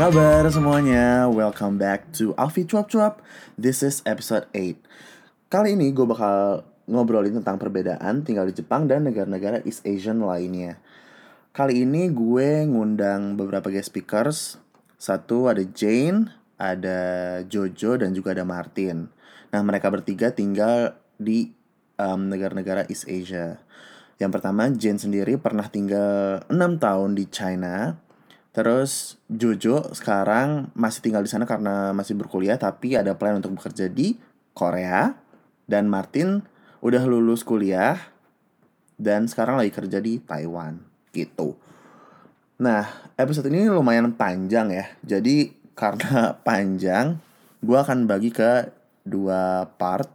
kabar semuanya? Welcome back to Alfi Cuap Cuap. This is episode 8. Kali ini gue bakal ngobrolin tentang perbedaan tinggal di Jepang dan negara-negara East Asian lainnya. Kali ini gue ngundang beberapa guest speakers. Satu ada Jane, ada Jojo, dan juga ada Martin. Nah, mereka bertiga tinggal di negara-negara East Asia. Yang pertama, Jane sendiri pernah tinggal 6 tahun di China. Terus Jojo sekarang masih tinggal di sana karena masih berkuliah, tapi ada plan untuk bekerja di Korea. Dan Martin udah lulus kuliah dan sekarang lagi kerja di Taiwan gitu. Nah, episode ini lumayan panjang ya. Jadi karena panjang, gue akan bagi ke 2 part.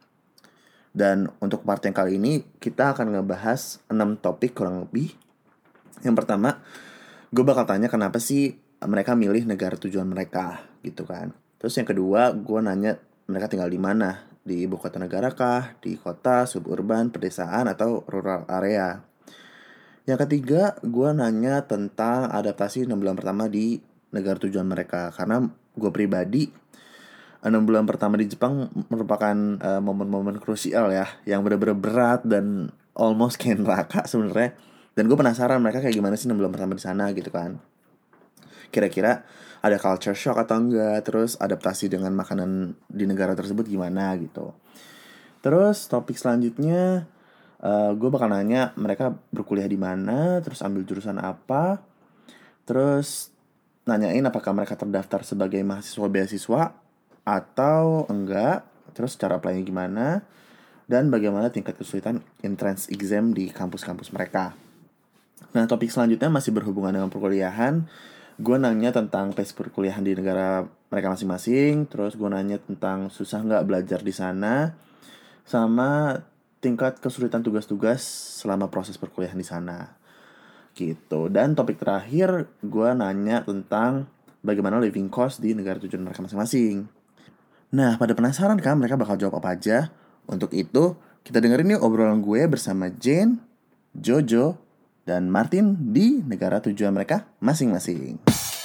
Dan untuk part yang kali ini kita akan ngebahas 6 topik kurang lebih. Yang pertama, gue bakal tanya kenapa sih mereka milih negara tujuan mereka gitu kan. Terus yang kedua, gue nanya mereka tinggal di mana, di ibu kota negara kah, di kota, suburban, pedesaan, atau rural area. Yang ketiga, gue nanya tentang adaptasi 6 bulan pertama di negara tujuan mereka. Karena gue pribadi 6 bulan pertama di Jepang merupakan momen-momen krusial ya, yang benar-benar berat dan almost kayak neraka sebenarnya. Dan gue penasaran mereka kayak gimana sih 6 bulan pertama di sana gitu kan. Kira-kira ada culture shock atau enggak, terus adaptasi dengan makanan di negara tersebut gimana gitu. Terus topik selanjutnya gue bakal nanya mereka berkuliah di mana, terus ambil jurusan apa, terus nanyain apakah mereka terdaftar sebagai mahasiswa beasiswa atau enggak, terus cara apply-nya gimana, dan bagaimana tingkat kesulitan entrance exam di kampus-kampus mereka. Nah, topik selanjutnya masih berhubungan dengan perkuliahan. Gue nanya tentang pace perkuliahan di negara mereka masing-masing, terus gue nanya tentang susah nggak belajar di sana, sama tingkat kesulitan tugas-tugas selama proses perkuliahan di sana gitu. Dan topik terakhir gue nanya tentang bagaimana living cost di negara tujuan mereka masing-masing. Nah, pada penasaran kan mereka bakal jawab apa aja? Untuk itu, kita dengerin yuk obrolan gue bersama Jane, Jojo, dan Martin di negara tujuan mereka masing-masing.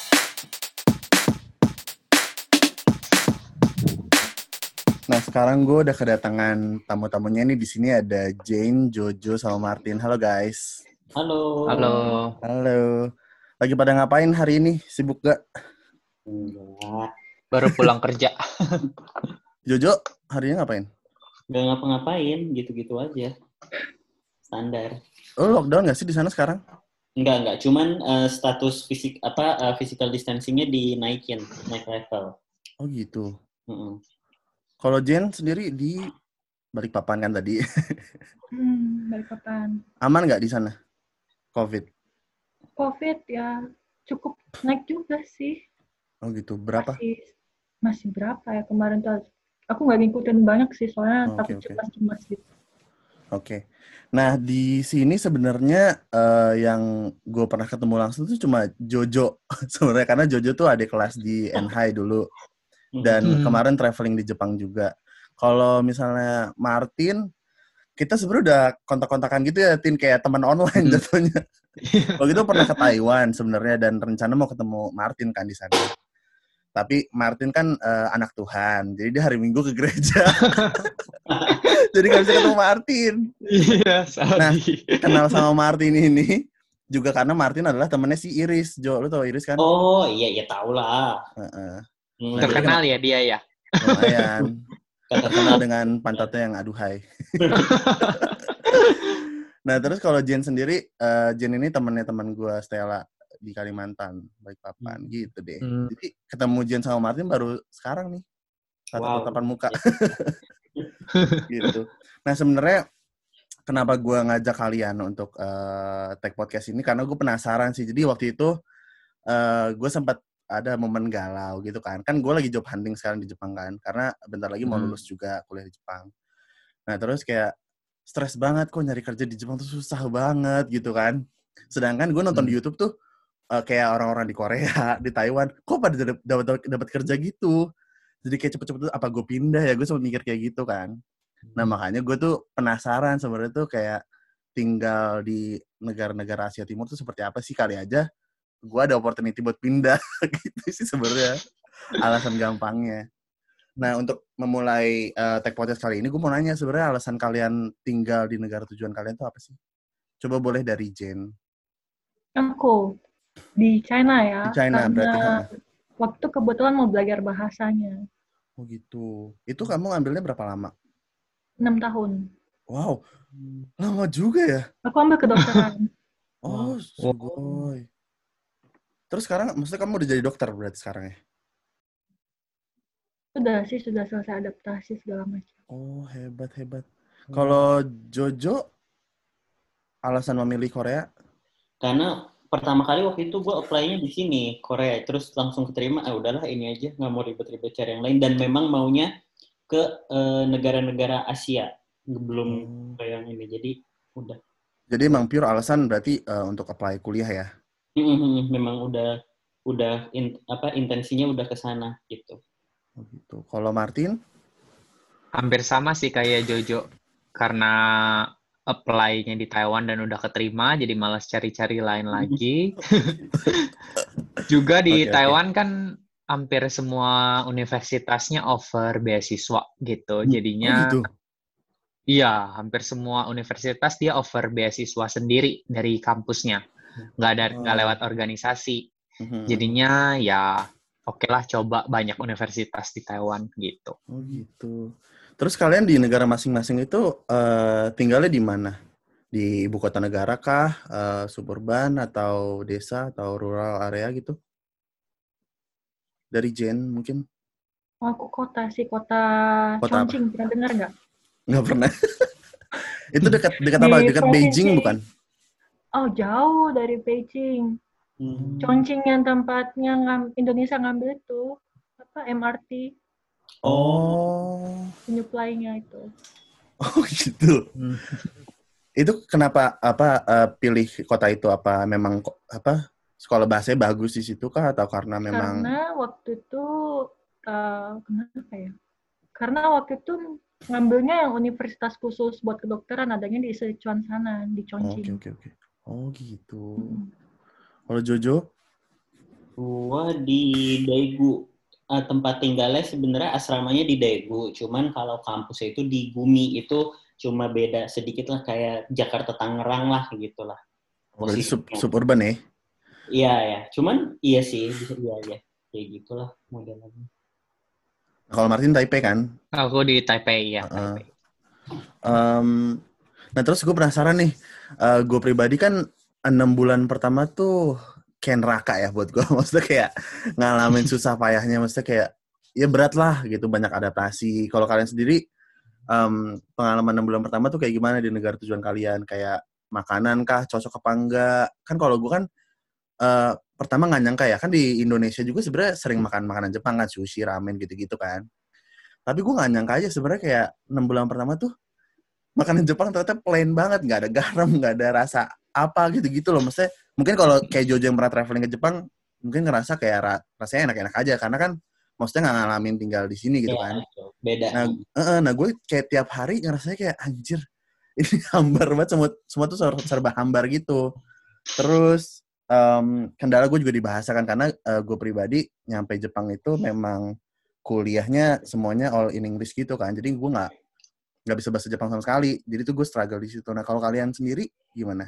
Nah, sekarang gue udah kedatangan tamu-tamunya nih. Di sini ada Jane, Jojo, sama Martin. Halo guys. Halo. Halo. Lagi pada ngapain hari ini? Sibuk gak? Enggak. Baru pulang kerja. Jojo, harinya ngapain? Enggak ngapa-ngapain, gitu-gitu aja. Standar. Lo lockdown gak sih di sana sekarang? Enggak. Cuman status physical distancing-nya dinaikin, naik level. Oh gitu. Mm-mm. Kalau Jane sendiri di Balikpapan kan tadi. Balikpapan. Aman gak di sana? COVID ya cukup naik juga sih. Oh gitu. Berapa? Masih berapa ya kemarin tuh? Aku nggak ngikutin banyak sih soalnya takut Oke. cemas gitu. Oke. Nah, di sini sebenarnya yang gue pernah ketemu langsung tuh cuma Jojo sebenarnya, karena Jojo tuh adik kelas di NHI dulu. Dan kemarin traveling di Jepang juga. Kalau misalnya Martin, kita sebenarnya udah kontak-kontakan gitu ya, Tin, kayak teman online jatuhnya. Waktu itu pernah ke Taiwan sebenarnya dan rencana mau ketemu Martin kan di sana. Tapi Martin kan anak Tuhan, jadi dia hari Minggu ke gereja. Jadi gak bisa ketemu Martin. Iya, Nah, kenal sama Martin ini juga karena Martin adalah temennya si Iris. Jo, lu tau Iris kan? Oh, iya tahu lah. Nah, terkenal ya dia ya? Lumayan. Terkenal dengan pantatnya yang aduhai. Nah, terus kalau Jen sendiri, Jen ini temennya teman gue Stella di Kalimantan, Balikpapan, gitu deh. Jadi ketemu Jen sama Martin baru sekarang nih, tatap-tatapan muka. Gitu. Nah, sebenarnya kenapa gue ngajak kalian untuk take podcast ini, karena gue penasaran sih. Jadi waktu itu gue sempat ada momen galau gitu kan. Kan gue lagi job hunting sekarang di Jepang kan, karena bentar lagi mau lulus juga kuliah di Jepang. Nah, terus kayak stres banget kok nyari kerja di Jepang tuh susah banget gitu kan. Sedangkan gue nonton di YouTube tuh kayak orang-orang di Korea, di Taiwan, kok pada dapat kerja gitu. Jadi kayak cepet-cepet apa gue pindah ya, gue sempat mikir kayak gitu kan. Nah, makanya gue tuh penasaran sebenarnya tuh kayak tinggal di negara-negara Asia Timur tuh seperti apa sih, kali aja gue ada opportunity buat pindah gitu sih sebenarnya alasan gampangnya. Nah, untuk memulai Tech Podcast kali ini, gue mau nanya sebenarnya alasan kalian tinggal di negara tujuan kalian tuh apa sih? Coba boleh dari Jen. Aku di China ya, Di China berarti, karena waktu kebetulan mau belajar bahasanya. Oh gitu. Itu kamu ngambilnya berapa lama? 6 tahun. Wow, lama juga ya? Aku ambil kedokteran. Oh, sugoi. Terus sekarang, maksudnya kamu udah jadi dokter berarti sekarang ya? Sudah selesai adaptasi segala macam. Oh, hebat. Kalau Jojo, alasan memilih Korea? Karena pertama kali waktu itu gue apply-nya di sini, Korea. Terus langsung keterima, udahlah ini aja, nggak mau ribet-ribet cari yang lain. Dan memang maunya ke negara-negara Asia. Belum ke yang ini, jadi udah. Jadi emang pure alasan berarti untuk apply kuliah ya? Memang udah intensinya udah ke sana gitu. Oh gitu. Kalau Martin? Hampir sama sih kayak Jojo. Karena apply-nya di Taiwan dan udah keterima, jadi malas cari-cari lain lagi. Juga di Oke. Taiwan kan hampir semua universitasnya offer beasiswa gitu. Jadinya gitu? iya, hampir semua universitas dia offer beasiswa sendiri dari kampusnya. Nggak lewat organisasi. Jadinya ya oke lah coba banyak universitas di Taiwan gitu. Oh gitu. Terus kalian di negara masing-masing itu tinggalnya di mana? Di ibu kota negara kah? Suburban atau desa atau rural area gitu? Dari Jen mungkin? Aku kota Kota apa? Chongqing, pernah dengar nggak? Nggak pernah. Itu dekat Di apa? Dekat provinsi- Beijing bukan? Oh, jauh dari Beijing. Chongqing yang tempatnya Indonesia ngambil itu MRT Oh. penyuplainya itu. Oh gitu. Itu kenapa pilih kota itu? Apa memang sekolah bahasanya bagus di situ kah atau karena memang Karena waktu itu kenapa ya? Karena waktu itu ngambilnya yang universitas khusus buat kedokteran adanya di Sichuan sana, di Chongqing. Oke. Oh gitu. Kalau Jojo? Gua di Daegu. Tempat tinggalnya sebenarnya asramanya di Daegu. Cuman kalau kampusnya itu di Gumi, itu cuma beda sedikit lah kayak Jakarta Tangerang lah gitu lah. Berarti Posisinya. suburban ya? Iya ya. Cuman iya sih bisa iya. Kayak gitulah modelnya. Kalau Martin Taipei kan? Aku di Taipei ya. Taipei. Nah terus gue penasaran nih, gue pribadi kan 6 bulan pertama tuh kayak neraka ya buat gue. Maksudnya kayak ngalamin susah payahnya, maksudnya kayak ya berat lah gitu, banyak adaptasi. Kalau kalian sendiri pengalaman 6 bulan pertama tuh kayak gimana di negara tujuan kalian? Kayak makanan kah, cocok apa enggak? Kan kalau gue kan pertama nggak nyangka ya, kan di Indonesia juga sebenarnya sering makan makanan Jepang kan, sushi, ramen gitu-gitu kan. Tapi gue nggak nyangka aja sebenarnya kayak 6 bulan pertama tuh makanan Jepang ternyata plain banget, nggak ada garam, nggak ada rasa apa gitu-gitu loh. Maksudnya mungkin kalau kayak Jojo yang pernah traveling ke Jepang, mungkin ngerasa kayak rasanya enak-enak aja, karena kan maksudnya nggak ngalamin tinggal di sini gitu kan. Beda. Nah gue kayak tiap hari ngerasanya kayak anjir, ini hambar banget, semua tuh serba hambar gitu. Terus kendala gue juga dibahasakan, karena gue pribadi nyampe Jepang itu memang kuliahnya semuanya all in English gitu kan, jadi gue nggak bisa bahasa Jepang sama sekali, jadi tuh gue struggle di situ. Nah kalau kalian sendiri gimana?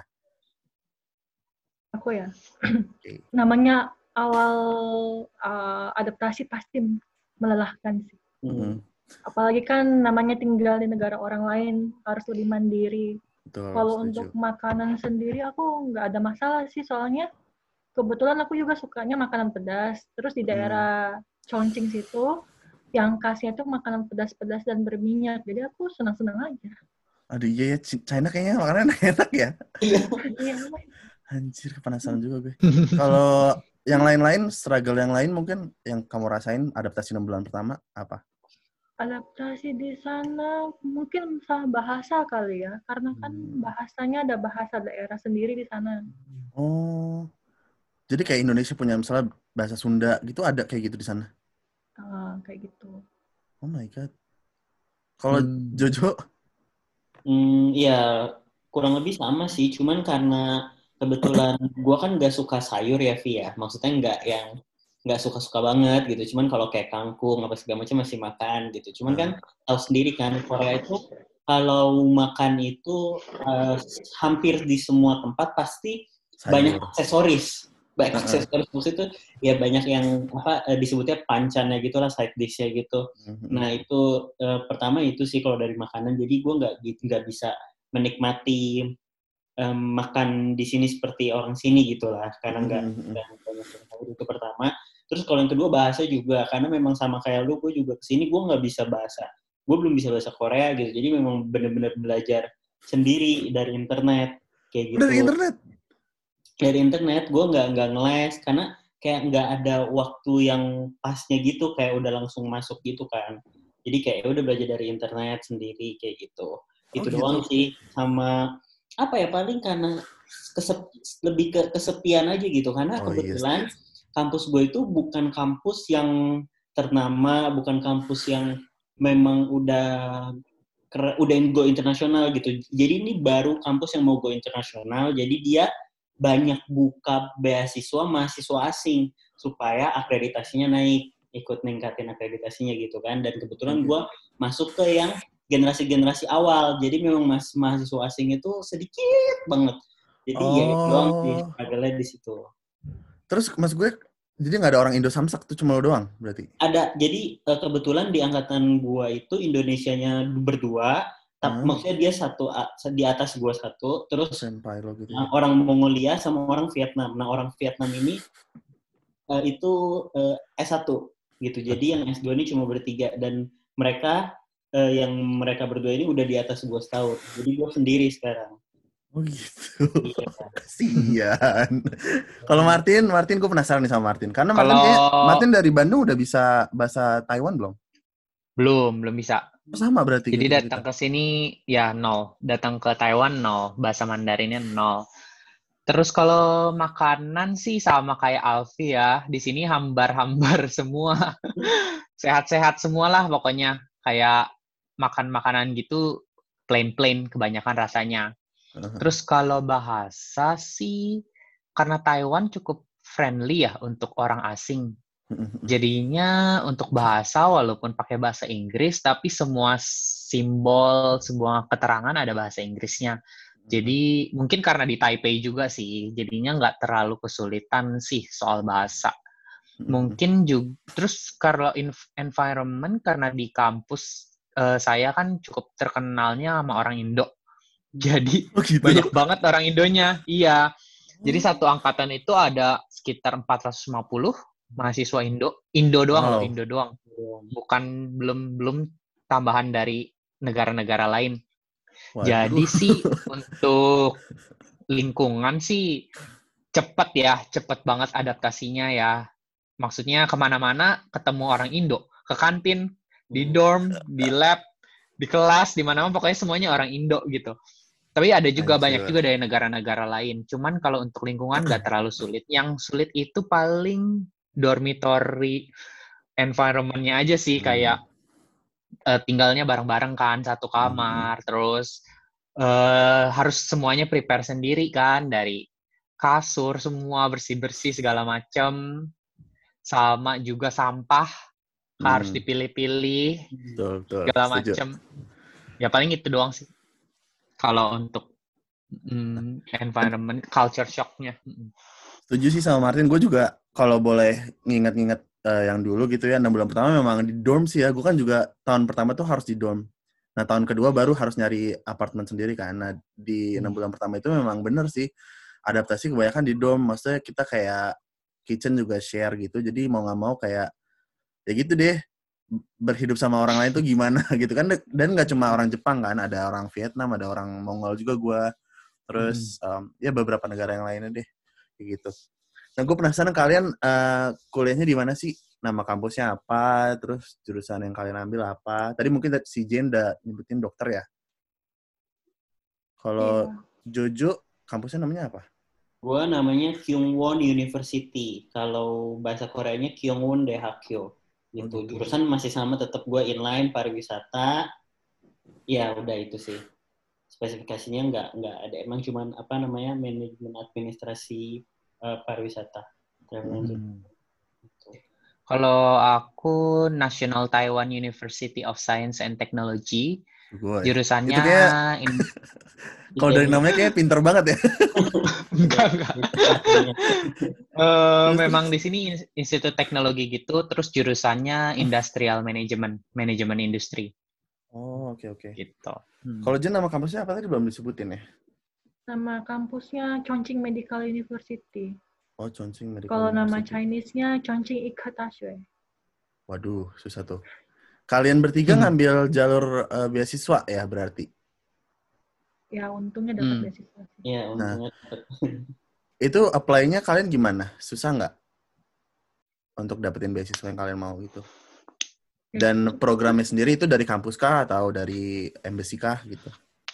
Aku ya, namanya awal adaptasi pasti melelahkan sih. Apalagi kan namanya tinggal di negara orang lain, harus lebih mandiri. Kalau untuk makanan sendiri aku nggak ada masalah sih, soalnya kebetulan aku juga sukanya makanan pedas. Terus di daerah Chongqing situ yang khasnya tuh makanan pedas-pedas dan berminyak, jadi aku senang-senang aja. Aduh iya ya, China kayaknya makanan enak ya. Iya. Anjir, penasaran juga gue. Kalau yang lain-lain, struggle yang lain mungkin yang kamu rasain adaptasi 6 bulan pertama apa? Adaptasi di sana mungkin salah bahasa kali ya, karena kan bahasanya ada bahasa daerah sendiri di sana. Oh, jadi kayak Indonesia punya misalnya bahasa Sunda gitu, ada kayak gitu di sana? Kayak gitu. Oh my god. Kalau Jojo? Ya kurang lebih sama sih, cuman karena kebetulan gue kan nggak suka sayur ya, Vi ya. Maksudnya nggak suka-suka banget gitu. Cuman kalau kayak kangkung apa segala macam masih makan gitu. Cuman kan tahu sendiri kan Korea itu kalau makan itu hampir di semua tempat pasti banyak aksesoris. Banyak aksesoris itu ya banyak yang disebutnya pancannya gitu lah, side dish-nya gitu. Nah itu pertama itu sih kalau dari makanan. Jadi gue nggak bisa menikmati makan di sini seperti orang sini gitu lah, karena nggak banyak itu pertama. Terus kalau yang kedua bahasa juga, karena memang sama kayak lu, gue juga kesini gue nggak bisa bahasa, gue belum bisa bahasa Korea gitu, jadi memang benar-benar belajar sendiri dari internet kayak gitu. Dari internet gue nggak ngeles, karena kayak nggak ada waktu yang pasnya gitu, kayak udah langsung masuk gitu kan. Jadi kayak udah belajar dari internet sendiri kayak gitu. Itu doang sih. Sama apa ya, paling karena lebih ke kesepian aja gitu, karena kebetulan kampus gue itu bukan kampus yang ternama, bukan kampus yang memang udah go internasional gitu. Jadi ini baru kampus yang mau go internasional, jadi dia banyak buka beasiswa mahasiswa asing supaya akreditasinya naik, ikut ningkatin akreditasinya gitu kan. Dan kebetulan gue masuk ke yang generasi-generasi awal, jadi memang mahasiswa asing itu sedikit banget. Jadi ya doang sih struggle-nya di situ. Terus mas gue, jadi nggak ada orang Indo Samsak tuh, cuma lo doang berarti? Ada, jadi kebetulan di angkatan gue itu Indonesianya berdua, tapi maksudnya dia satu di atas gue satu, terus gitu ya. Orang Mongolia sama orang Vietnam. Nah orang Vietnam ini itu S1 gitu, jadi yang S2 ini cuma bertiga, dan mereka yang mereka berdua ini udah di atas gue setahun, jadi gue sendiri sekarang. Oh gitu. Iya. Kasian. Kalau Martin gue penasaran nih sama Martin. Karena Martin dari Bandung udah bisa bahasa Taiwan belum? Belum bisa. Sama berarti. Jadi datang ke sini ya 0. Datang ke Taiwan 0. Bahasa Mandarinnya 0. Terus kalau makanan sih sama kayak Alfi ya. Di sini hambar-hambar semua. Sehat-sehat semua lah pokoknya. Kayak makan makanan gitu plain-plain kebanyakan rasanya. Terus kalau bahasa sih, karena Taiwan cukup friendly ya untuk orang asing. Jadinya untuk bahasa, walaupun pakai bahasa Inggris, tapi semua simbol, semua keterangan ada bahasa Inggrisnya. Jadi mungkin karena di Taipei juga sih, jadinya nggak terlalu kesulitan sih soal bahasa. Mungkin juga, terus kalau environment, karena di kampus saya kan cukup terkenalnya sama orang Indo. Jadi banyak banget orang Indonya. Iya. Jadi satu angkatan itu ada sekitar 450 mahasiswa Indo. Indo doang loh, Indo doang. Bukan belum tambahan dari negara-negara lain. Waduh. Jadi sih untuk lingkungan sih cepet banget adaptasinya ya. Maksudnya kemana-mana ketemu orang Indo. Ke kantin, di dorm, di lab, di kelas, di mana-mana pokoknya semuanya orang Indo gitu. Tapi ada juga banyak juga dari negara-negara lain. Cuman kalau untuk lingkungan nggak terlalu sulit. Yang sulit itu paling dormitory environment-nya aja sih. Kayak tinggalnya bareng-bareng kan, satu kamar. Terus harus semuanya prepare sendiri kan. Dari kasur, semua bersih-bersih segala macam. Sama juga sampah. Harus dipilih-pilih. Segala macam. Ya paling itu doang sih. Kalau untuk environment, culture shock-nya. Setuju sih sama Martin. Gue juga kalau boleh nginget-nginget yang dulu gitu ya, 6 bulan pertama memang di dorm sih ya. Gue kan juga tahun pertama tuh harus di dorm. Nah tahun kedua baru harus nyari apartemen sendiri kan. Nah di 6 bulan pertama itu memang bener sih. Adaptasi kebanyakan di dorm. Maksudnya kita kayak kitchen juga share gitu. Jadi mau gak mau kayak ya gitu deh. Berhidup sama orang lain tuh gimana gitu kan. Dan gak cuma orang Jepang kan, ada orang Vietnam, ada orang Mongol juga gue. Terus ya beberapa negara yang lainnya deh kayak gitu. Nah gue penasaran kalian kuliahnya di mana sih? Nama kampusnya apa? Terus jurusan yang kalian ambil apa? Tadi mungkin si Jen udah nyebutin dokter ya. Kalau Jojo kampusnya namanya apa? Gue namanya Kyungwon University. Kalau bahasa Koreanya Kyungwon Daehakyo. Gitu. Jurusan masih sama, tetap gue inline pariwisata. Ya udah itu sih. spesifikasinya nggak ada, emang cuman manajemen administrasi pariwisata travel and gitu. Kalau aku National Taiwan University of Science and Technology, jurusannya itu kayak kalau dari namanya kayak pinter banget ya. enggak. Memang di sini Institut Teknologi gitu, terus jurusannya Industrial Management, manajemen industri. Oh, oke. Gitu. Kalau Jen, nama kampusnya apa tadi belum disebutin ya? Nama kampusnya Chongqing Medical University. Oh, Chongqing Medical Kalau University. nama Chinese-nya Chongqing Ikat Daxue. Waduh, susah tuh. Kalian bertiga ngambil jalur beasiswa ya berarti? Ya, untungnya dapat beasiswa sih. Ya, untungnya dapat. Itu apply-nya kalian gimana? Susah nggak untuk dapetin beasiswa yang kalian mau itu? Dan programnya sendiri itu dari kampus kah atau dari embassy kah gitu?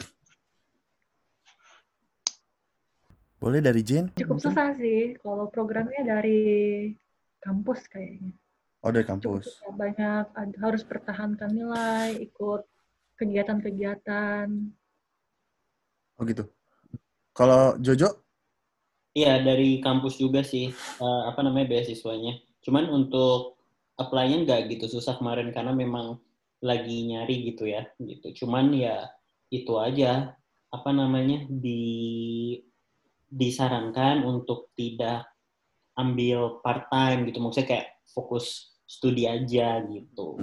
Boleh dari Jane? Cukup susah sih kalau programnya dari kampus kayaknya. Oh, dari kampus. Cukup banyak, harus pertahankan nilai, ikut kegiatan-kegiatan. Oh gitu. Kalau Jojo? Iya, dari kampus juga sih, beasiswanya. Cuman untuk apply-nya nggak gitu susah kemarin, karena memang lagi nyari gitu ya, gitu. Cuman ya itu aja, disarankan untuk tidak ambil part-time gitu. Maksudnya kayak fokus studi aja gitu.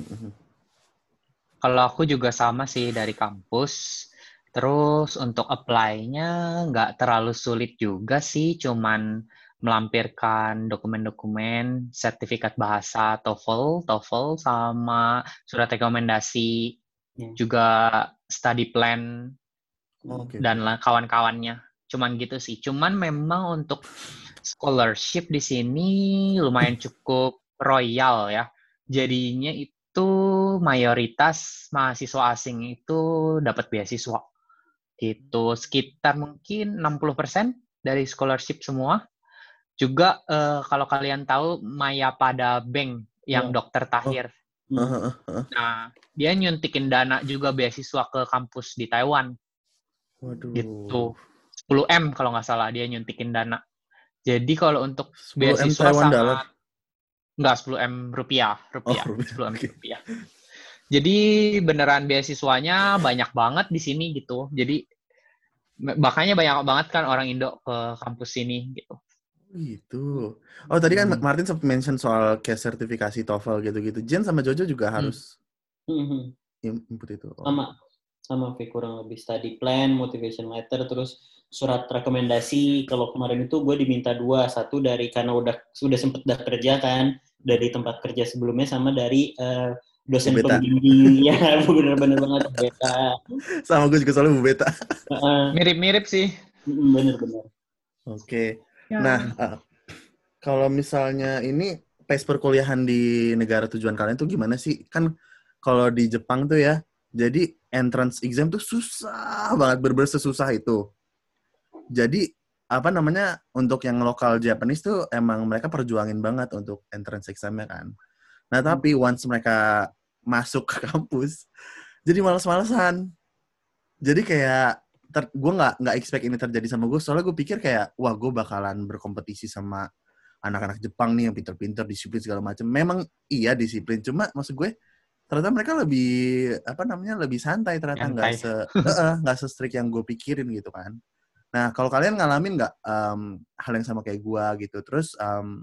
Kalau aku juga sama sih dari kampus. Terus untuk apply-nya nggak terlalu sulit juga sih, cuman melampirkan dokumen-dokumen sertifikat bahasa TOEFL sama surat rekomendasi, juga study plan, dan kawan-kawannya. Cuman gitu sih. Cuman memang untuk scholarship di sini lumayan cukup royal ya. Jadinya itu mayoritas mahasiswa asing itu dapat beasiswa. Gitu, sekitar mungkin 60% dari scholarship semua. Juga kalau kalian tahu Mayapada Bank yang Dr. Tahir. Nah, dia nyuntikin dana juga beasiswa ke kampus di Taiwan. Waduh. Gitu. 10M kalau nggak salah dia nyuntikin dana. Jadi kalau untuk 10M beasiswa Taiwan dollar. Enggak, 10M rupiah. 10M rupiah. Jadi beneran beasiswanya banyak banget di sini gitu. Jadi makanya banyak banget kan orang Indo ke kampus sini gitu. Gitu. Oh, tadi kan Martin sempat mention soal kayak sertifikasi TOEFL gitu-gitu. Jen sama Jojo juga harus input itu. Sama kurang lebih study plan, motivation letter, terus surat rekomendasi. Kalau kemarin itu gue diminta 2, satu dari karena sudah sempat kerja kan dari tempat kerja sebelumnya, sama dari dosen pembimbing. Ya, bener-bener banget Bu Beta. Sama gue juga soalnya Bu Beta. Mirip-mirip sih. Bener-bener. Oke. Nah, kalau misalnya ini pace perkuliahan di negara tujuan kalian tuh gimana sih? Kan kalau di Jepang tuh ya, jadi entrance exam tuh susah banget, bener-bener sesusah itu. Jadi untuk yang lokal Japanese tuh emang mereka perjuangin banget untuk entrance exam-nya kan. Nah, tapi once mereka masuk ke kampus, jadi malas-malasan. Jadi kayak gue nggak expect ini terjadi sama gue, soalnya gue pikir kayak, wah gue bakalan berkompetisi sama anak-anak Jepang nih yang pinter-pinter, disiplin segala macam. Memang iya disiplin, cuma maksud gue ternyata mereka lebih santai, ternyata nggak se-strict yang gue pikirin gitu kan. Nah, kalau kalian ngalamin nggak hal yang sama kayak gue gitu, terus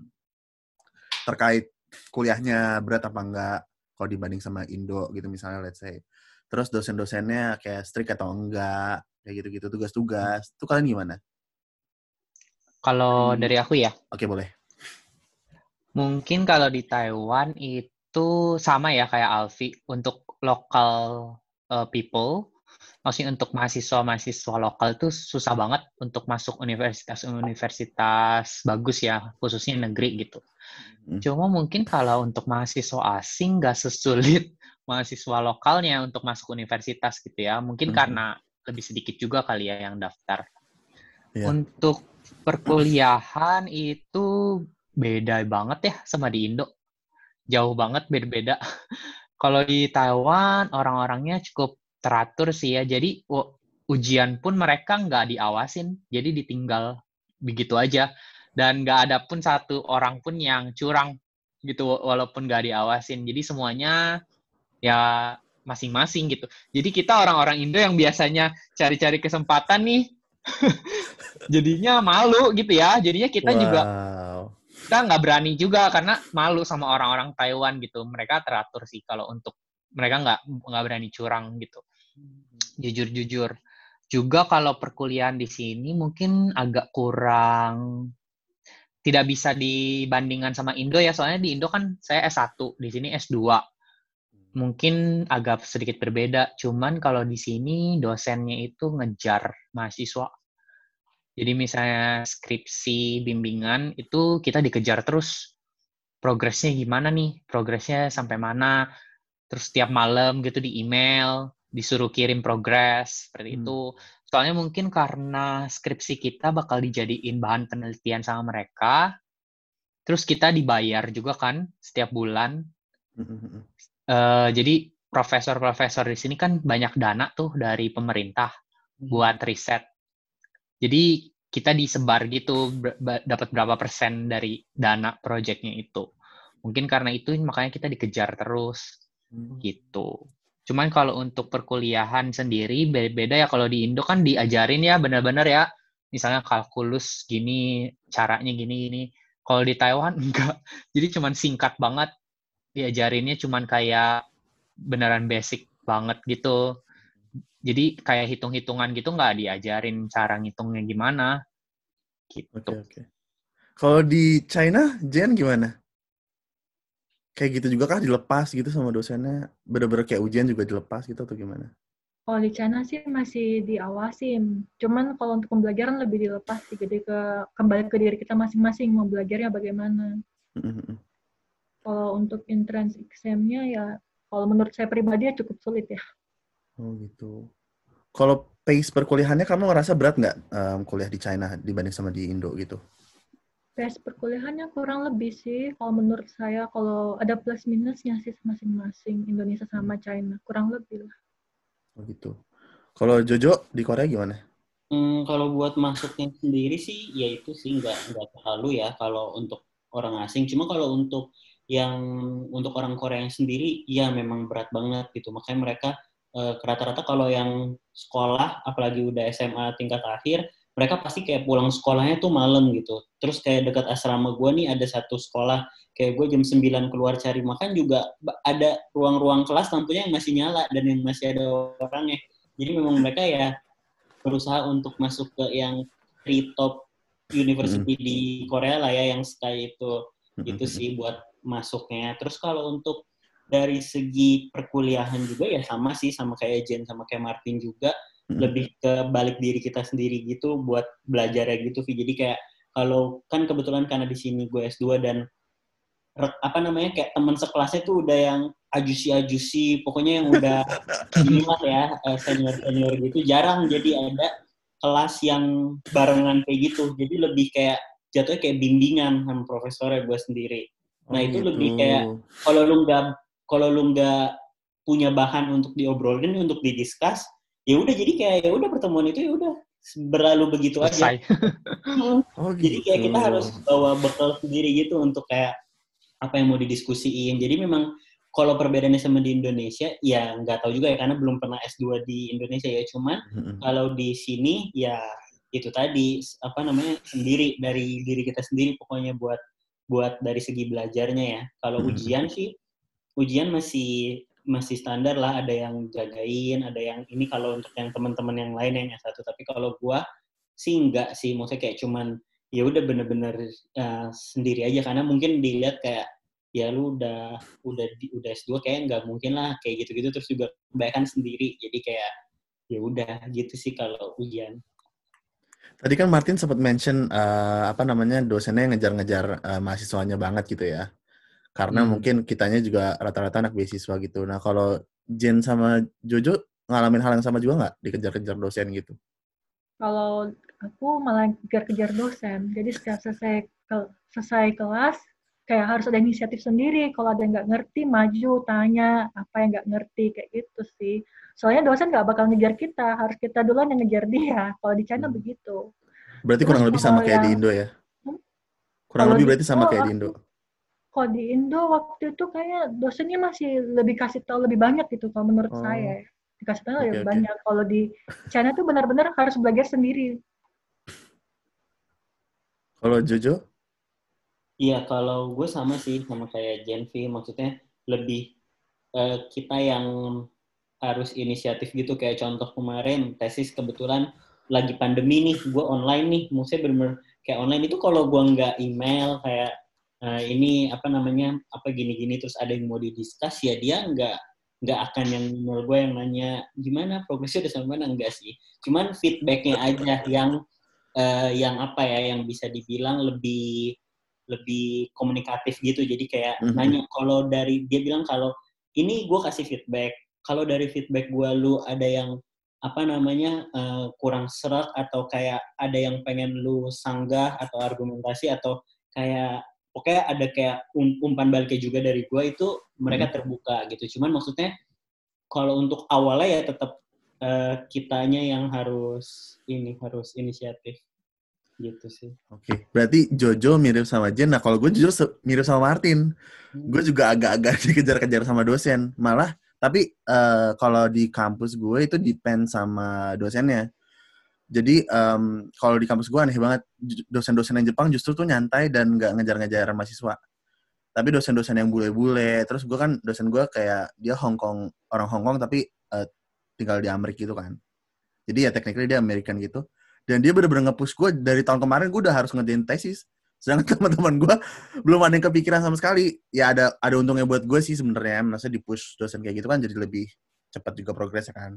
terkait kuliahnya berat apa enggak kalau dibanding sama Indo gitu misalnya, let's say, terus dosen-dosennya kayak strict atau enggak, kayak gitu-gitu, tugas-tugas, itu kalian gimana? Kalau dari aku ya? Oke, boleh. Mungkin kalau di Taiwan itu sama ya kayak Alfi, untuk local people, maksudnya untuk mahasiswa lokal itu susah banget untuk masuk universitas bagus ya, khususnya negeri gitu. Cuma mungkin kalau untuk mahasiswa asing nggak sesulit mahasiswa lokalnya untuk masuk universitas gitu ya. Mungkin karena lebih sedikit juga kali ya yang daftar. Untuk perkuliahan itu beda banget ya sama di Indo. Jauh banget beda-beda. Kalau di Taiwan orang-orangnya cukup teratur sih ya. Jadi ujian pun mereka nggak diawasin, jadi ditinggal begitu aja. Dan nggak ada pun satu orang pun yang curang gitu, walaupun nggak diawasin. Jadi semuanya ya masing-masing gitu. Jadi kita orang-orang Indo yang biasanya cari-cari kesempatan nih, jadinya malu gitu ya. Jadinya kita juga kita nggak berani juga karena malu sama orang-orang Taiwan gitu. Mereka teratur sih kalau untuk mereka nggak berani curang gitu. Jujur-jujur. Juga kalau perkuliahan di sini mungkin agak kurang, tidak bisa dibandingkan sama Indo ya, soalnya di Indo kan saya S1, di sini S2. Mungkin agak sedikit berbeda, cuman kalau di sini dosennya itu ngejar mahasiswa. Jadi misalnya skripsi, bimbingan, itu kita dikejar terus. Progresnya gimana nih? Progresnya sampai mana? Terus tiap malam gitu di email, disuruh kirim progres, seperti itu. Soalnya mungkin karena skripsi kita bakal dijadiin bahan penelitian sama mereka, terus kita dibayar juga kan setiap bulan. Jadi profesor-profesor di sini kan banyak dana tuh dari pemerintah buat riset. Jadi kita disebar gitu, dapat berapa persen dari dana proyeknya itu. Mungkin karena itu makanya kita dikejar terus gitu. Cuman kalau untuk perkuliahan sendiri beda ya. Kalau di Indo kan diajarin ya benar-benar ya, misalnya kalkulus gini, caranya gini. Kalau di Taiwan enggak. Jadi cuman singkat banget, diajarinnya cuman kayak beneran basic banget gitu. Jadi kayak hitung-hitungan gitu nggak diajarin cara ngitungnya gimana gitu. Oke. Kalau di China, Jen gimana? Kayak gitu juga kah dilepas gitu sama dosennya? Bener-bener kayak ujian juga dilepas gitu atau gimana? Kalau di China sih masih diawasin. Cuman kalau untuk pembelajaran lebih dilepas sih. Jadi kembali ke diri kita masing-masing mau belajarnya bagaimana. Kalau untuk entrance exam-nya ya, kalau menurut saya pribadi ya cukup sulit ya. Oh gitu. Kalau pace perkuliahannya kamu ngerasa berat nggak kuliah di China dibanding sama di Indo gitu? Pace perkuliahannya kurang lebih sih. Kalau menurut saya, kalau ada plus minusnya sih masing-masing Indonesia sama China. Kurang lebih lah. Oh gitu. Kalau Jojo di Korea gimana? Kalau buat masuknya sendiri sih, ya itu sih nggak terlalu ya kalau untuk orang asing. Cuma kalau untuk orang Korea yang sendiri, ya memang berat banget gitu. Makanya mereka rata-rata kalau yang sekolah, apalagi udah SMA tingkat akhir, mereka pasti kayak pulang sekolahnya tuh malam gitu. Terus kayak dekat asrama gue nih ada satu sekolah, kayak gue jam 9 keluar cari makan juga ada ruang-ruang kelas lampunya yang masih nyala dan yang masih ada orangnya. Jadi memang mereka ya berusaha untuk masuk ke yang top university di Korea lah ya, yang Sky itu sih buat masuknya. Terus kalau untuk dari segi perkuliahan juga ya sama sih, sama kayak Jen sama kayak Martin juga, lebih ke balik diri kita sendiri gitu buat belajarnya gitu. Jadi kayak kalau kan kebetulan karena di sini gue S2 dan kayak teman sekelasnya tuh udah yang ajusi, pokoknya yang udah inilah ya, senior gitu, jarang jadi ada kelas yang barengan kayak gitu. Jadi lebih kayak jatuhnya kayak bimbingan sama profesornya gue sendiri. Nah itu gitu. Lebih kayak kalau lu nggak punya bahan untuk diobrolin, untuk didiskus, ya udah jadi kayak ya udah pertemuan itu ya udah berlalu begitu aja. Jadi kayak kita harus bawa bekal sendiri gitu untuk kayak apa yang mau didiskusiin. Jadi memang kalau perbedaannya sama di Indonesia, ya nggak tahu juga ya, karena belum pernah S2 di Indonesia ya. Cuman kalau di sini, ya itu tadi, sendiri, dari diri kita sendiri pokoknya buat dari segi belajarnya ya. Kalau ujian sih, ujian masih standar lah, ada yang jagain, ada yang ini kalau untuk yang teman-teman yang lain yang S1. Tapi kalau gua sih enggak sih, maksudnya kayak cuman ya udah bener-bener sendiri aja, karena mungkin dilihat kayak ya lu udah S2 kayak nggak mungkin lah kayak gitu-gitu, terus juga kebanyakan sendiri, jadi kayak ya udah gitu sih kalau ujian. Tadi kan Martin sempat mention dosennya yang ngejar-ngejar mahasiswanya banget gitu ya, karena mungkin kitanya juga rata-rata anak beasiswa gitu. Nah kalau Jen sama Jojo ngalamin hal yang sama juga nggak, dikejar-kejar dosen gitu? Kalau aku malah kejar-kejar dosen. Jadi setiap selesai kelas, kayak harus ada inisiatif sendiri. Kalau ada yang nggak ngerti, maju, tanya apa yang nggak ngerti, kayak gitu sih. Soalnya dosen nggak bakal ngejar kita, harus kita duluan yang ngejar dia. Kalau di China begitu. Berarti Terus kurang lebih sama kayak di Indo ya? Kurang kalau lebih di berarti sama kayak di Indo. Kalau di Indo waktu itu kayak dosennya masih lebih kasih tahu lebih banyak gitu kalau menurut saya. Dikasih tahu lebih banyak. Kalau di China tuh benar-benar harus belajar sendiri. Kalau Jojo? Iya, kalau gue sama sih, sama kayak Genvi, maksudnya lebih kita yang harus inisiatif gitu, kayak contoh kemarin, tesis kebetulan lagi pandemi nih, gue online nih, maksudnya bener-bener kayak online itu kalau gue nggak email, kayak ini apa namanya, apa gini-gini, terus ada yang mau didiskus, ya dia nggak akan yang email gue yang nanya, gimana progresnya udah sampai mana, enggak sih. Cuman feedbacknya aja yang apa ya, yang bisa dibilang lebih komunikatif gitu. Jadi kayak nanya, kalau dari dia bilang kalau ini gue kasih feedback, kalau dari feedback gue lu ada yang apa namanya kurang serak atau kayak ada yang pengen lu sanggah atau argumentasi atau kayak pokoknya ada kayak umpan baliknya juga dari gue, itu mereka terbuka gitu. Cuman maksudnya kalau untuk awalnya ya tetap kitanya yang harus inisiatif gitu sih. Oke, berarti Jojo mirip sama Jen. Nah, kalau gue Jojo mirip sama Martin. Gue juga agak-agak dikejar-kejar sama dosen. Malah, tapi kalau di kampus gue itu depend sama dosennya. Jadi, kalau di kampus gue aneh banget. Dosen-dosen yang Jepang justru tuh nyantai dan nggak ngejar-ngejar mahasiswa. Tapi dosen-dosen yang bule-bule, terus gue kan, dosen gue kayak, dia orang Hong Kong, tapi tinggal di Amerika gitu kan. Jadi ya technically dia American gitu. Dan dia bener-bener nge-push gue dari tahun kemarin, gue udah harus ngerjain tesis. Sedangkan teman-teman gue belum ada yang kepikiran sama sekali. Ya ada untungnya buat gue sih sebenarnya. Maksudnya di-push dosen kayak gitu kan jadi lebih cepat juga progresnya kan.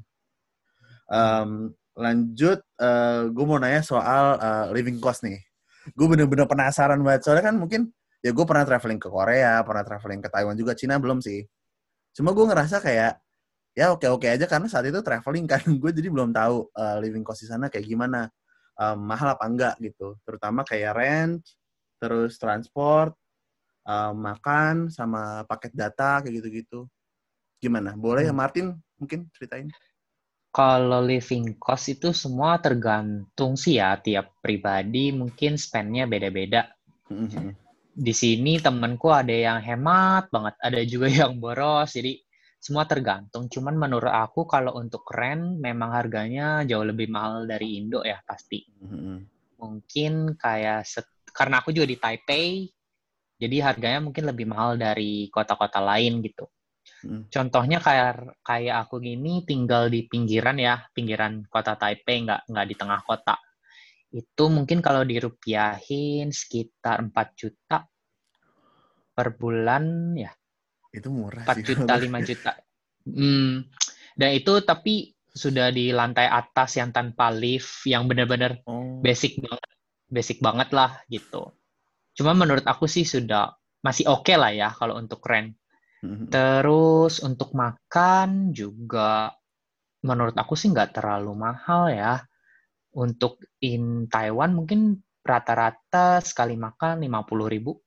Lanjut, gue mau nanya soal living cost nih. Gue bener-bener penasaran banget. Soalnya kan mungkin, ya gue pernah traveling ke Korea, pernah traveling ke Taiwan juga. Cina belum sih. Cuma gue ngerasa kayak, ya oke-oke aja karena saat itu traveling kan. Gue jadi belum tahu living cost di sana kayak gimana. Mahal apa enggak gitu. Terutama kayak rent, terus transport, makan, sama paket data kayak gitu-gitu. Gimana? Boleh ya Martin mungkin ceritain? Kalau living cost itu semua tergantung sih ya, tiap pribadi mungkin spend-nya beda-beda. Di sini temenku ada yang hemat banget, ada juga yang boros, jadi semua tergantung. Cuman menurut aku kalau untuk rent memang harganya jauh lebih mahal dari Indo ya pasti. Mungkin kayak karena aku juga di Taipei, jadi harganya mungkin lebih mahal dari kota-kota lain gitu. Contohnya kayak aku gini tinggal di pinggiran ya, pinggiran kota Taipei, nggak di tengah kota. Itu mungkin kalau dirupiahin sekitar 4 juta per bulan ya. Itu murah 4 sih. 4 juta, 5 juta. Dan itu tapi sudah di lantai atas yang tanpa lift, yang benar-benar basic banget lah gitu. Cuma menurut aku sih sudah masih oke lah ya kalau untuk rent. Terus untuk makan juga menurut aku sih nggak terlalu mahal ya. Untuk in Taiwan mungkin rata-rata sekali makan 50.000.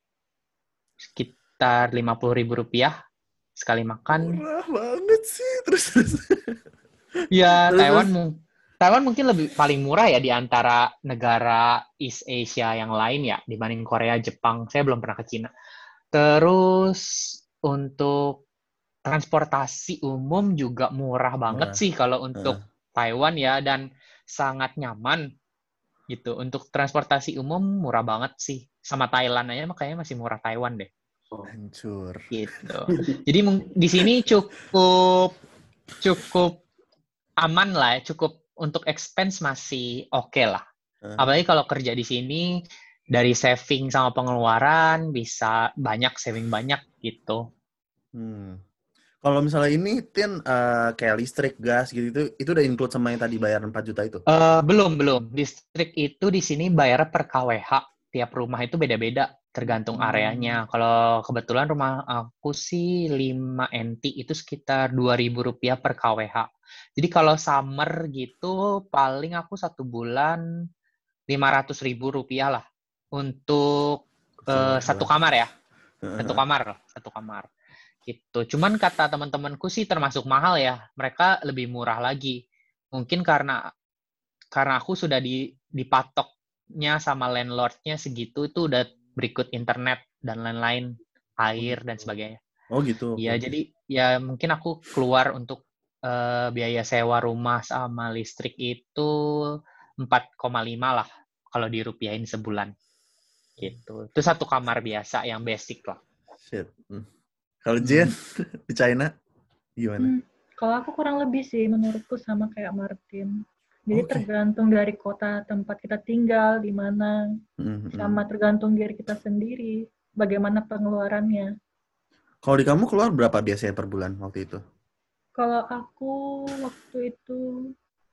Sekitar 50.000 rupiah sekali makan. Murah banget sih. Terus. Ya, Taiwan mungkin paling murah ya di antara negara East Asia yang lain ya, dibanding Korea, Jepang. Saya belum pernah ke Cina. Terus untuk transportasi umum juga murah banget sih kalau untuk Taiwan ya, dan sangat nyaman gitu. Untuk transportasi umum murah banget sih. Sama Thailand aja makanya masih murah Taiwan deh. Hancur. Gitu. Jadi di sini cukup aman lah ya, cukup untuk expense masih oke lah. Apalagi kalau kerja di sini dari saving sama pengeluaran bisa saving banyak gitu. Kalau misalnya ini Tin kayak listrik, gas gitu itu udah include sama yang tadi bayar 4 juta itu? Belum. Listrik itu di sini bayar per kWh. Tiap rumah itu beda-beda tergantung areanya. Kalau kebetulan rumah aku sih 5 NT itu sekitar Rp2.000 per kWh. Jadi kalau summer gitu paling aku 1 bulan Rp500.000 lah untuk Satu kamar ya. Satu kamar. Gitu. Cuman kata teman-temanku sih termasuk mahal ya. Mereka lebih murah lagi. Mungkin karena aku sudah dipatoknya sama landlordnya segitu, itu udah berikut internet dan lain-lain, air dan sebagainya. Oh gitu. Ya, jadi ya mungkin aku keluar untuk biaya sewa rumah sama listrik itu 4,5 lah kalau dirupiahin sebulan. Gitu. Itu satu kamar biasa yang basic lah. Shit. Kalau Jen di China gimana? Kalau aku kurang lebih sih menurutku sama kayak Martin. Jadi tergantung dari kota tempat kita tinggal di mana, sama tergantung diri kita sendiri bagaimana pengeluarannya. Kalau di kamu keluar berapa biasanya per bulan waktu itu? Kalau aku waktu itu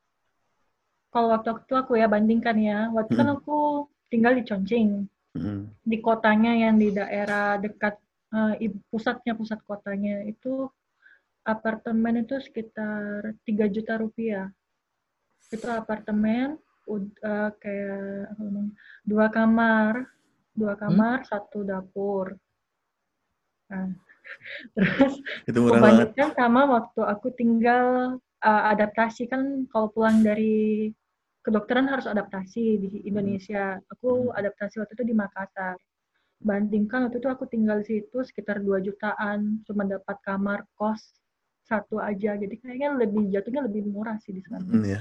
aku ya bandingkan ya, waktu kan aku tinggal di Chongqing, di kotanya yang di daerah dekat pusat kotanya itu apartemen itu sekitar 3 juta rupiah. Itu apartemen kayak 2 kamar, 1 dapur. Nah, terus kebanyakan sama waktu aku tinggal adaptasi kan, kalau pulang dari kedokteran harus adaptasi di Indonesia. Aku adaptasi waktu itu di Makassar. Bandingkan waktu itu aku tinggal di situ sekitar 2 jutaan, cuma dapat kamar kos 1 aja. Jadi kayaknya jatuhnya lebih murah sih di sana. Iya.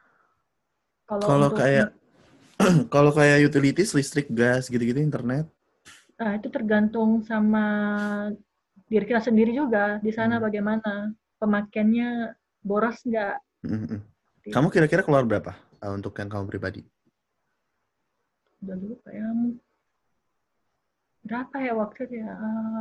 Kalau kayak utilities, listrik, gas, gitu-gitu, internet? Nah, itu tergantung sama diri kita sendiri juga. Di sana bagaimana? Pemakaiannya boros nggak? Kamu kira-kira keluar berapa untuk yang kamu pribadi? Udah lupa ya. Berapa ya waktu itu ya?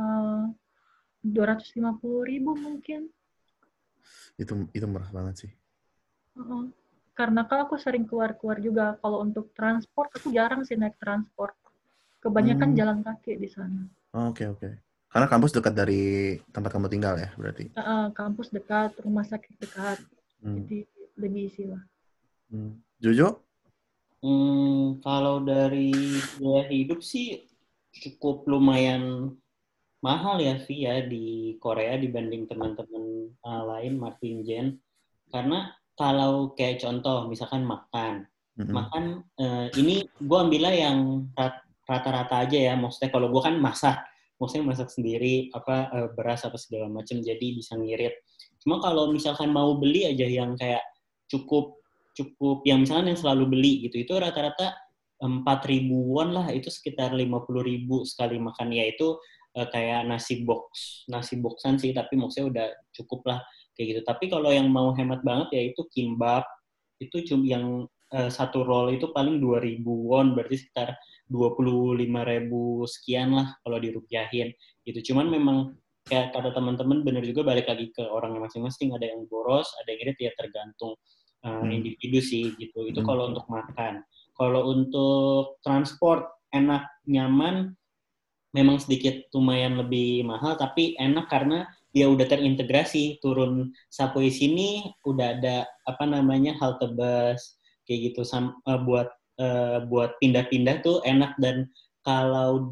250.000 mungkin. Itu murah banget sih. Karena kalau aku sering keluar-keluar juga. Kalau untuk transport, aku jarang sih naik transport. Kebanyakan jalan kaki di sana. Oke. Karena kampus dekat dari tempat kamu tinggal ya, berarti? Kampus dekat, rumah sakit dekat. Jadi lebih isi lah. Jojo? Kalau dari biaya hidup sih cukup lumayan mahal ya, Vi, di Korea dibanding teman-teman lain, Martin, Jen. Karena kalau kayak contoh, misalkan makan, ini gue ambilnya yang rata-rata aja ya. Maksudnya kalau gue kan masak sendiri, beras apa segala macam, jadi bisa ngirit. Cuma kalau misalkan mau beli aja yang kayak cukup yang misalkan yang selalu beli gitu, itu rata-rata 4.000 won lah, itu sekitar 50.000 sekali makan. Ya itu kayak nasi boxan sih, tapi maksudnya udah cukup lah kayak gitu. Tapi kalau yang mau hemat banget ya itu kimbap, itu cuma yang satu roll itu paling 2.000 won, berarti sekitar 25.000 sekian lah kalau dirupiahin gitu. Cuman memang kayak kata teman-teman benar juga, balik lagi ke orangnya masing-masing, ada yang boros, ada yang irit, ya tergantung individu sih gitu. Itu kalau untuk makan. Kalau untuk transport enak, nyaman, memang sedikit lumayan lebih mahal, tapi enak karena dia udah terintegrasi. Turun subway sini udah ada halte bus kayak gitu, buat pindah-pindah tuh enak. Dan kalau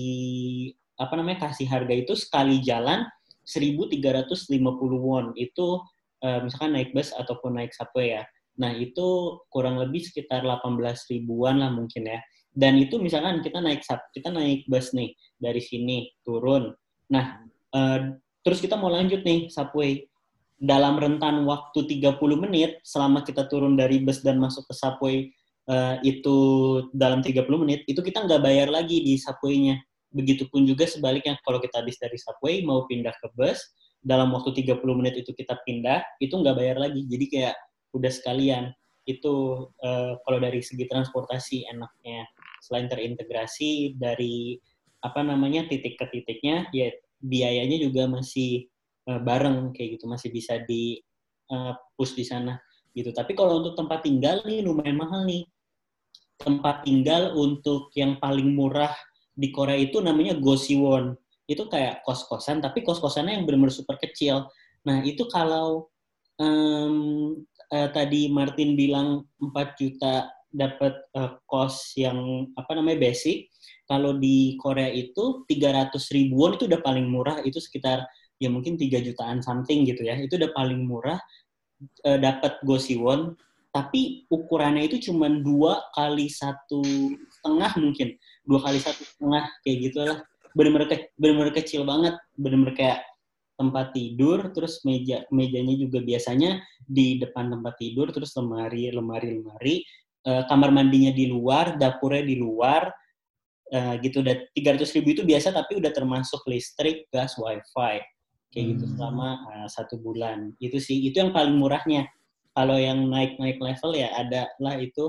kasih harga itu sekali jalan 1.350 won itu misalkan naik bus ataupun naik subway ya. Nah itu kurang lebih sekitar 18 ribuan lah mungkin ya. Dan itu misalkan kita naik bus nih dari sini turun. Nah terus kita mau lanjut nih subway. Dalam rentan waktu 30 menit, selama kita turun dari bus dan masuk ke subway itu dalam 30 menit, itu kita nggak bayar lagi di subway-nya. Begitupun juga sebaliknya, kalau kita habis dari subway mau pindah ke bus, dalam waktu 30 menit itu kita pindah, itu nggak bayar lagi. Jadi kayak udah sekalian. Itu kalau dari segi transportasi enaknya. Selain terintegrasi dari titik ke titiknya, ya biayanya juga masih bareng kayak gitu, masih bisa di push di sana gitu. Tapi kalau untuk tempat tinggal nih lumayan mahal nih. Tempat tinggal untuk yang paling murah di Korea itu namanya Gosiwon. Itu kayak kos-kosan, tapi kos-kosannya yang benar-benar super kecil. Nah itu kalau tadi Martin bilang 4 juta cost yang basic. Kalau di Korea itu 300 ribuan itu udah paling murah, itu sekitar ya mungkin 3 jutaan something gitu ya. Itu udah paling murah, dapat Go Siwon, tapi ukurannya itu cuma 2 kali 1,5 mungkin. 2 kali 1,5 kayak gitulah. Bener-bener kecil banget, bener-bener kayak tempat tidur, terus mejanya juga biasanya di depan tempat tidur, terus lemari, kamar mandinya di luar, dapurnya di luar, gitu. Dan 300 ribu itu biasa, tapi udah termasuk listrik, gas, wifi kayak gitu selama 1 bulan. Itu sih, itu yang paling murahnya. Kalau yang naik level ya ada lah itu,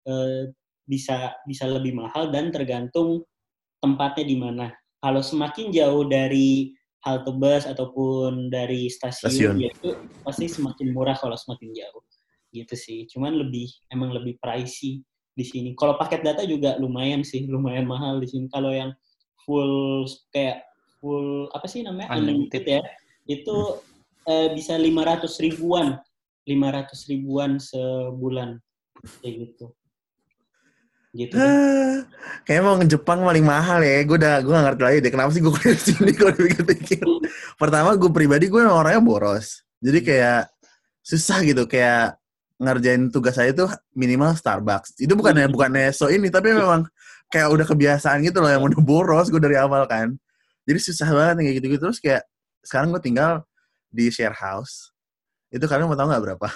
bisa lebih mahal dan tergantung tempatnya di mana. Kalau semakin jauh dari halte bus ataupun dari stasiun, ya itu pasti semakin murah kalau semakin jauh. Gitu sih. Cuman emang lebih pricey di sini. Kalau paket data juga lumayan mahal di sini. Kalau yang full apa sih namanya? Unlimited ya. Itu bisa 500 ribuan sebulan kayak gitu. Gitu. Kayaknya mau ke Jepang paling mahal ya. Gue gak ngerti lagi deh kenapa sih gue kuliah di sini kalau dipikir-pikir. Pertama gue pribadi gue orangnya boros. Jadi kayak susah gitu, kayak ngerjain tugas saya itu minimal Starbucks. Itu bukannya so ini, tapi memang kayak udah kebiasaan gitu loh, yang udah boros gue dari awal kan. Jadi susah banget kayak gitu-gitu. Terus kayak sekarang gue tinggal di share house. Itu kalian mau tahu nggak berapa?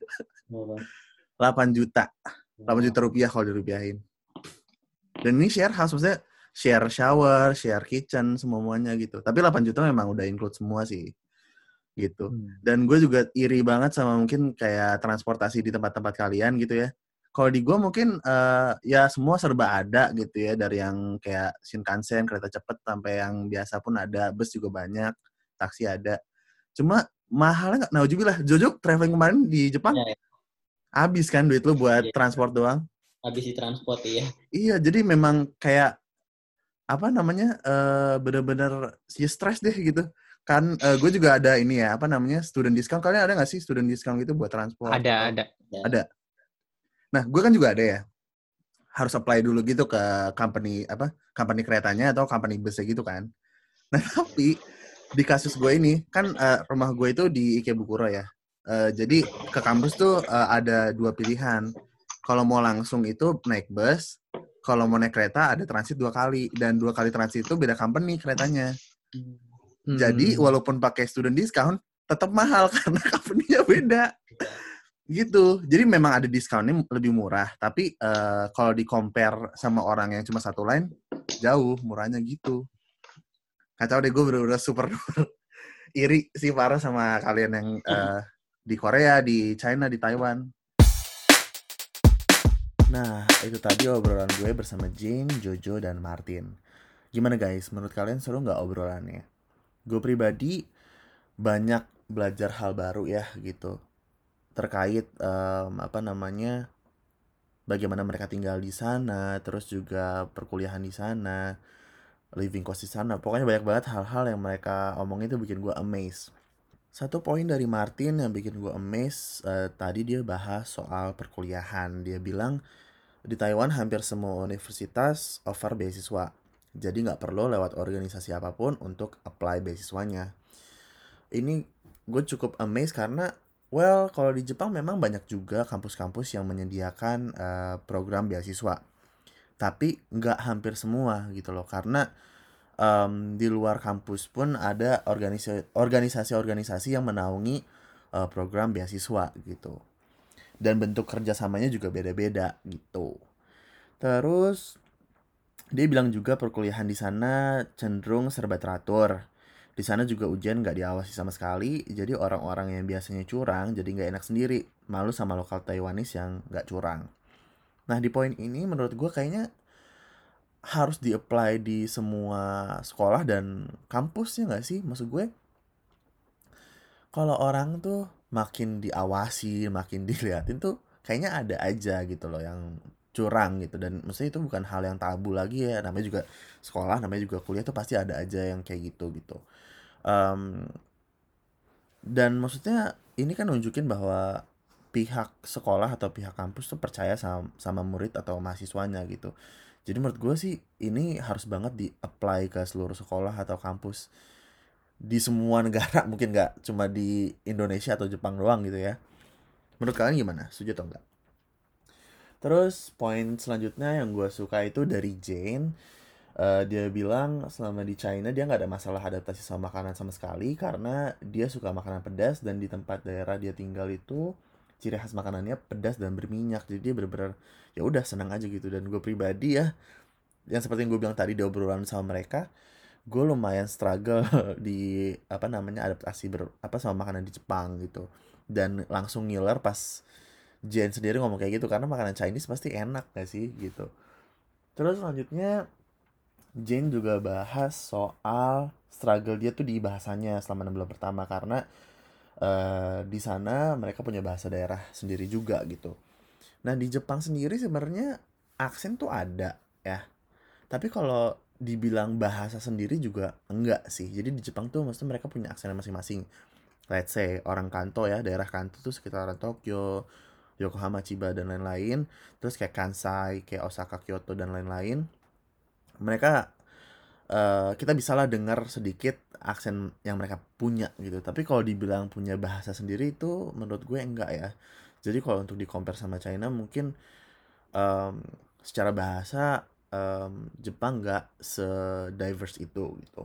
8 juta. 8 juta rupiah kalau dirupiahin. Dan ini share house, maksudnya share shower, share kitchen, semuanya gitu. Tapi 8 juta memang udah include semua sih. Gitu. Dan gue juga iri banget sama mungkin kayak transportasi di tempat-tempat kalian gitu ya. Kalau di gue mungkin ya semua serba ada gitu ya. Dari yang kayak Shinkansen, kereta cepet, sampai yang biasa pun ada. Bus juga banyak, taksi ada. Cuma mahalnya nggak, naujubillah. Jojo traveling kemarin di Jepang, habis kan duit lu buat transport doang? Habis di transport, iya. Iya, jadi memang kayak apa namanya, bener-bener stres deh gitu. Kan gue juga ada ini ya, apa namanya, student discount. Kalian ada nggak sih student discount gitu buat transport? Ada. Nah, gue kan juga ada ya. Harus apply dulu gitu ke company keretanya atau company busnya gitu kan. Nah, tapi di kasus gue ini, kan rumah gue itu di Ikebukuro ya. Jadi ke kampus tuh ada 2 pilihan. Kalau mau langsung itu naik bus, kalau mau naik kereta ada transit 2 kali. Dan 2 kali transit itu beda company keretanya. Jadi walaupun pakai student discount, tetap mahal karena company-nya beda. Gitu. Jadi memang ada diskonnya lebih murah. Tapi kalau di-compare sama orang yang cuma satu line, jauh murahnya gitu. Kacau deh, gue bener-bener super iri sih parah sama kalian yang di Korea, di China, di Taiwan. Nah, itu tadi obrolan gue bersama Jane, Jojo, dan Martin. Gimana guys, menurut kalian seru nggak obrolannya? Gue pribadi banyak belajar hal baru ya gitu. Terkait bagaimana mereka tinggal di sana, terus juga perkuliahan di sana, living cost di sana. Pokoknya banyak banget hal-hal yang mereka omongin itu bikin gue amazed. Satu poin dari Martin yang bikin gue amazed, tadi dia bahas soal perkuliahan. Dia bilang di Taiwan hampir semua universitas offer beasiswa. Jadi nggak perlu lewat organisasi apapun untuk apply beasiswanya. Ini gue cukup amazed karena, kalau di Jepang memang banyak juga kampus-kampus yang menyediakan program beasiswa. Tapi nggak hampir semua gitu loh, karena di luar kampus pun ada organisasi-organisasi yang menaungi program beasiswa gitu. Dan bentuk kerjasamanya juga beda-beda gitu. Terus dia bilang juga perkuliahan di sana cenderung serba teratur. Di sana juga ujian nggak diawasi sama sekali, jadi orang-orang yang biasanya curang jadi nggak enak sendiri, malu sama lokal Taiwanese yang nggak curang. Nah, di poin ini menurut gue kayaknya harus di-apply di semua sekolah dan kampus, ya nggak sih? Maksud gue, kalau orang tuh makin diawasi, makin diliatin tuh kayaknya ada aja gitu loh yang curang gitu. Dan maksudnya itu bukan hal yang tabu lagi ya, namanya juga sekolah, namanya juga kuliah tuh pasti ada aja yang kayak gitu. Dan maksudnya ini kan nunjukin bahwa pihak sekolah atau pihak kampus tuh percaya sama murid atau mahasiswanya gitu. Jadi menurut gue sih ini harus banget di-apply ke seluruh sekolah atau kampus di semua negara, mungkin nggak cuma di Indonesia atau Jepang doang gitu ya. Menurut kalian gimana? Setuju atau enggak? Terus poin selanjutnya yang gue suka itu dari Jane. Dia bilang selama di China dia nggak ada masalah adaptasi sama makanan sama sekali karena dia suka makanan pedas dan di tempat daerah dia tinggal itu ciri khas makanannya pedas dan berminyak. Jadi dia bener-bener ya udah senang aja gitu. Dan gue pribadi ya, yang seperti yang gue bilang tadi di obrolan sama mereka, gue lumayan struggle di apa namanya adaptasi sama makanan di Jepang gitu. Dan langsung ngiler pas Jen sendiri ngomong kayak gitu karena makanan Chinese pasti enak gak sih gitu. Terus selanjutnya Jane juga bahas soal struggle dia tuh di bahasanya selama 6 bulan pertama karena di sana mereka punya bahasa daerah sendiri juga gitu. Nah di Jepang sendiri sebenarnya aksen tuh ada ya, tapi kalau dibilang bahasa sendiri juga enggak sih. Jadi di Jepang tuh maksudnya mereka punya aksen masing-masing. Let's say orang Kanto ya, daerah Kanto tuh sekitaran Tokyo, Yokohama, Chiba dan lain-lain. Terus kayak Kansai, kayak Osaka, Kyoto dan lain-lain. Mereka kita bisalah dengar sedikit aksen yang mereka punya gitu. Tapi kalau dibilang punya bahasa sendiri itu menurut gue enggak ya. Jadi kalau untuk di-compare sama China mungkin secara bahasa Jepang nggak se-diverse itu gitu.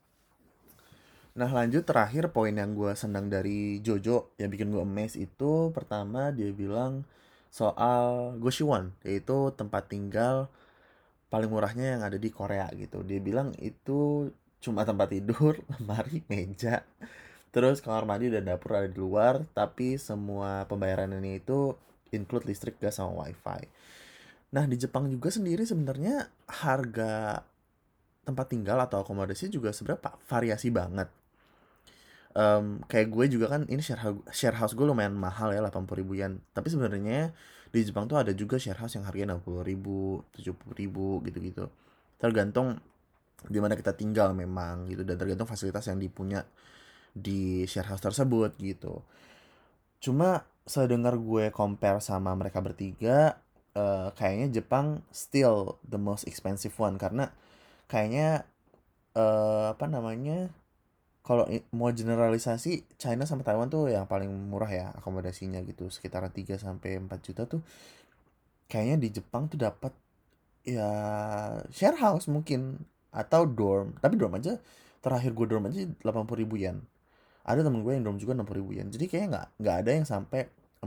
Nah lanjut terakhir poin yang gue senang dari Jojo yang bikin gue amazed itu pertama dia bilang soal Goshiwon, yaitu tempat tinggal paling murahnya yang ada di Korea gitu. Dia bilang itu cuma tempat tidur, lemari, meja, terus kamar mandi dan dapur ada di luar, tapi semua pembayarannya itu include listrik, gas, sama wifi. Nah di Jepang juga sendiri sebenarnya harga tempat tinggal atau akomodasi juga sebenarnya variasi banget. Kayak gue juga kan ini share house gue lumayan mahal ya 80.000 yen. Tapi sebenarnya di Jepang tuh ada juga share house yang harganya 60.000, 70.000 gitu-gitu. Tergantung di mana kita tinggal memang gitu dan tergantung fasilitas yang dipunya di share house tersebut gitu. Cuma sedengar gue compare sama mereka bertiga, kayaknya Jepang still the most expensive one karena kayaknya apa namanya kalau mau generalisasi China sama Taiwan tuh yang paling murah ya akomodasinya gitu sekitaran 3 sampai 4 juta tuh kayaknya di Jepang tuh dapat ya share house mungkin atau dorm, tapi dorm aja terakhir gue dorm aja 80.000 yen. Ada temen gue yang dorm juga 60.000 yen, jadi kayaknya nggak ada yang sampai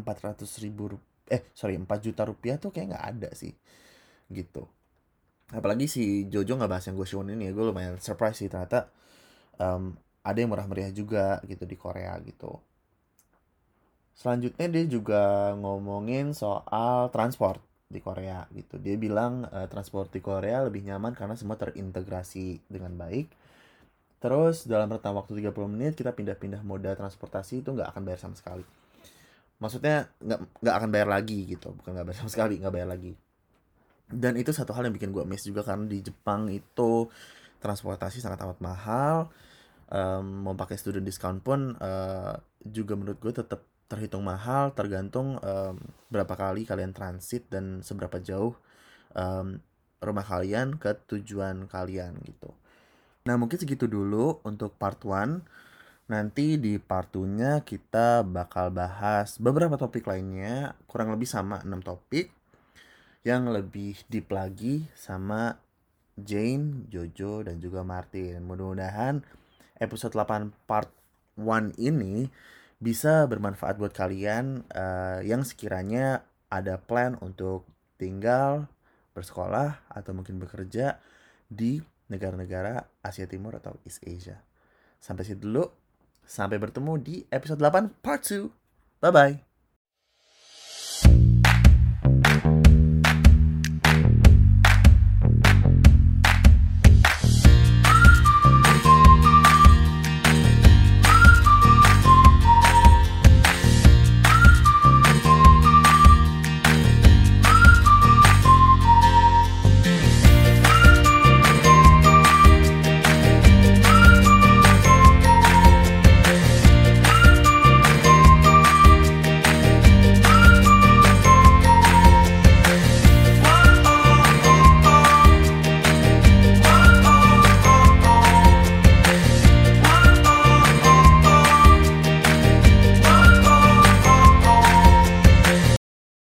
4 juta rupiah tuh kayak nggak ada sih gitu. Apalagi si Jojo nggak bahas yang gue showin ini ya, gue lumayan surprise sih ternyata ada yang murah meriah juga gitu di Korea gitu. Selanjutnya dia juga ngomongin soal transport di Korea gitu. Dia bilang transport di Korea lebih nyaman karena semua terintegrasi dengan baik. Terus dalam rentang waktu 30 menit kita pindah-pindah moda transportasi itu nggak akan bayar sama sekali. Maksudnya nggak akan bayar lagi gitu, bukan nggak bayar sama sekali, nggak bayar lagi. Dan itu satu hal yang bikin gue amazed juga karena di Jepang itu transportasi sangat amat mahal. Mau pakai student discount pun juga menurut gue tetap terhitung mahal tergantung berapa kali kalian transit dan seberapa jauh rumah kalian ke tujuan kalian gitu. Nah mungkin segitu dulu untuk part 1. Nanti di part 2-nya kita bakal bahas beberapa topik lainnya, kurang lebih sama 6 topik yang lebih deep lagi sama Jane, Jojo, dan juga Martin. Mudah-mudahan episode 8 part 1 ini bisa bermanfaat buat kalian yang sekiranya ada plan untuk tinggal, bersekolah, atau mungkin bekerja di negara-negara Asia Timur atau East Asia. Sampai situ dulu. Sampai bertemu di episode 8 part 2. Bye-bye.